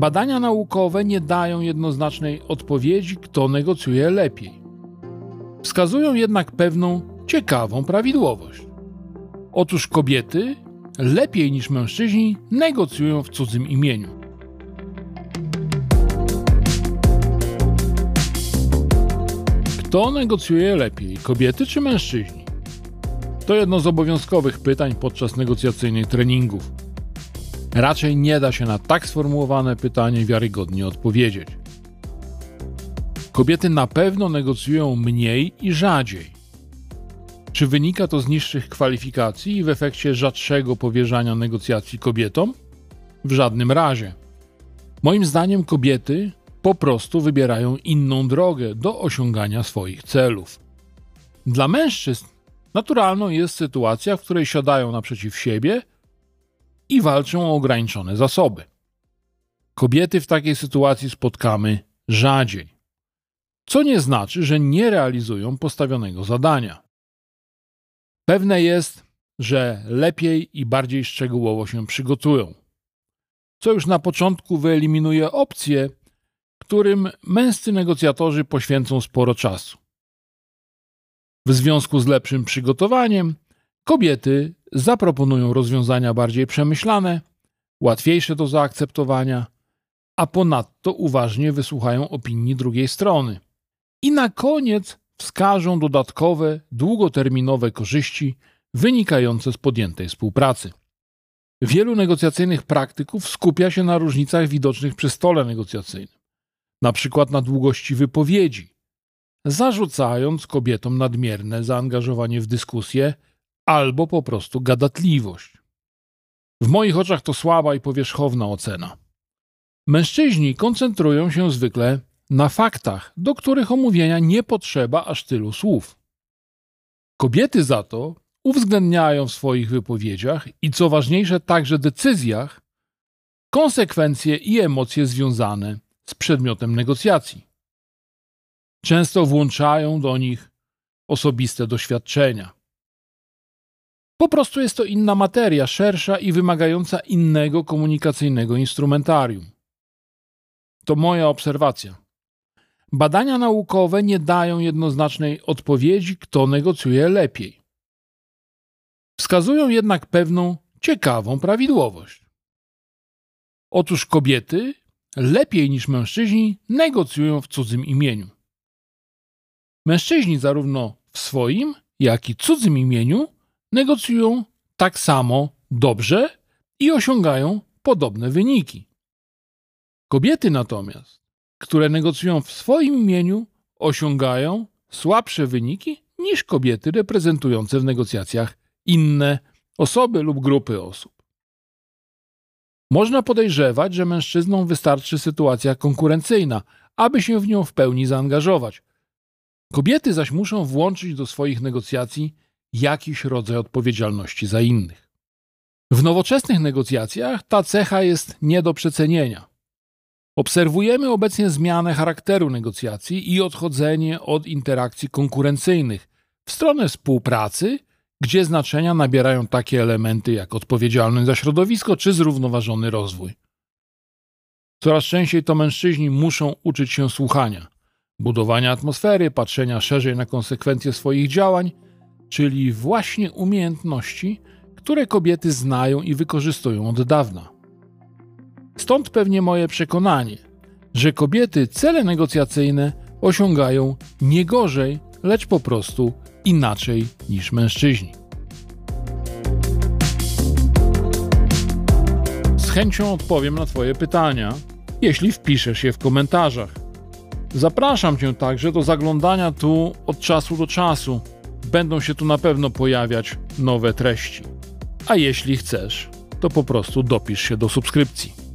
Badania naukowe nie dają jednoznacznej odpowiedzi, kto negocjuje lepiej. Wskazują jednak pewną ciekawą prawidłowość. Otóż kobiety lepiej niż mężczyźni negocjują w cudzym imieniu. Kto negocjuje lepiej, kobiety czy mężczyźni? To jedno z obowiązkowych pytań podczas negocjacyjnych treningów. Raczej nie da się na tak sformułowane pytanie wiarygodnie odpowiedzieć. Kobiety na pewno negocjują mniej i rzadziej. Czy wynika to z niższych kwalifikacji i w efekcie rzadszego powierzania negocjacji kobietom? W żadnym razie. Moim zdaniem kobiety po prostu wybierają inną drogę do osiągania swoich celów. Dla mężczyzn naturalną jest sytuacja, w której siadają naprzeciw siebie i walczą o ograniczone zasoby. Kobiety w takiej sytuacji spotkamy rzadziej, co nie znaczy, że nie realizują postawionego zadania. Pewne jest, że lepiej i bardziej szczegółowo się przygotują, co już na początku wyeliminuje opcje, którym męscy negocjatorzy poświęcą sporo czasu. W związku z lepszym przygotowaniem kobiety zaproponują rozwiązania bardziej przemyślane, łatwiejsze do zaakceptowania, a ponadto uważnie wysłuchają opinii drugiej strony. I na koniec wskażą dodatkowe, długoterminowe korzyści wynikające z podjętej współpracy. Wielu negocjacyjnych praktyków skupia się na różnicach widocznych przy stole negocjacyjnym, na przykład na długości wypowiedzi, zarzucając kobietom nadmierne zaangażowanie w dyskusję albo po prostu gadatliwość. W moich oczach to słaba i powierzchowna ocena. Mężczyźni koncentrują się zwykle na faktach, do których omówienia nie potrzeba aż tylu słów. Kobiety za to uwzględniają w swoich wypowiedziach i co ważniejsze także decyzjach konsekwencje i emocje związane z przedmiotem negocjacji. Często włączają do nich osobiste doświadczenia. Po prostu jest to inna materia, szersza i wymagająca innego komunikacyjnego instrumentarium. To moja obserwacja. Badania naukowe nie dają jednoznacznej odpowiedzi, kto negocjuje lepiej. Wskazują jednak pewną ciekawą prawidłowość. Otóż kobiety lepiej niż mężczyźni negocjują w cudzym imieniu. Mężczyźni zarówno w swoim, jak i cudzym imieniu negocjują tak samo dobrze i osiągają podobne wyniki. Kobiety natomiast, które negocjują w swoim imieniu, osiągają słabsze wyniki niż kobiety reprezentujące w negocjacjach inne osoby lub grupy osób. Można podejrzewać, że mężczyznom wystarczy sytuacja konkurencyjna, aby się w nią w pełni zaangażować. Kobiety zaś muszą włączyć do swoich negocjacji jakiś rodzaj odpowiedzialności za innych. W nowoczesnych negocjacjach ta cecha jest nie do przecenienia. Obserwujemy obecnie zmianę charakteru negocjacji i odchodzenie od interakcji konkurencyjnych w stronę współpracy, gdzie znaczenia nabierają takie elementy jak odpowiedzialność za środowisko czy zrównoważony rozwój. Coraz częściej to mężczyźni muszą uczyć się słuchania, budowania atmosfery, patrzenia szerzej na konsekwencje swoich działań, czyli właśnie umiejętności, które kobiety znają i wykorzystują od dawna. Stąd pewnie moje przekonanie, że kobiety cele negocjacyjne osiągają nie gorzej, lecz po prostu inaczej niż mężczyźni. Z chęcią odpowiem na Twoje pytania, jeśli wpiszesz je w komentarzach. Zapraszam Cię także do zaglądania tu od czasu do czasu. Będą się tu na pewno pojawiać nowe treści. A jeśli chcesz, to po prostu dopisz się do subskrypcji.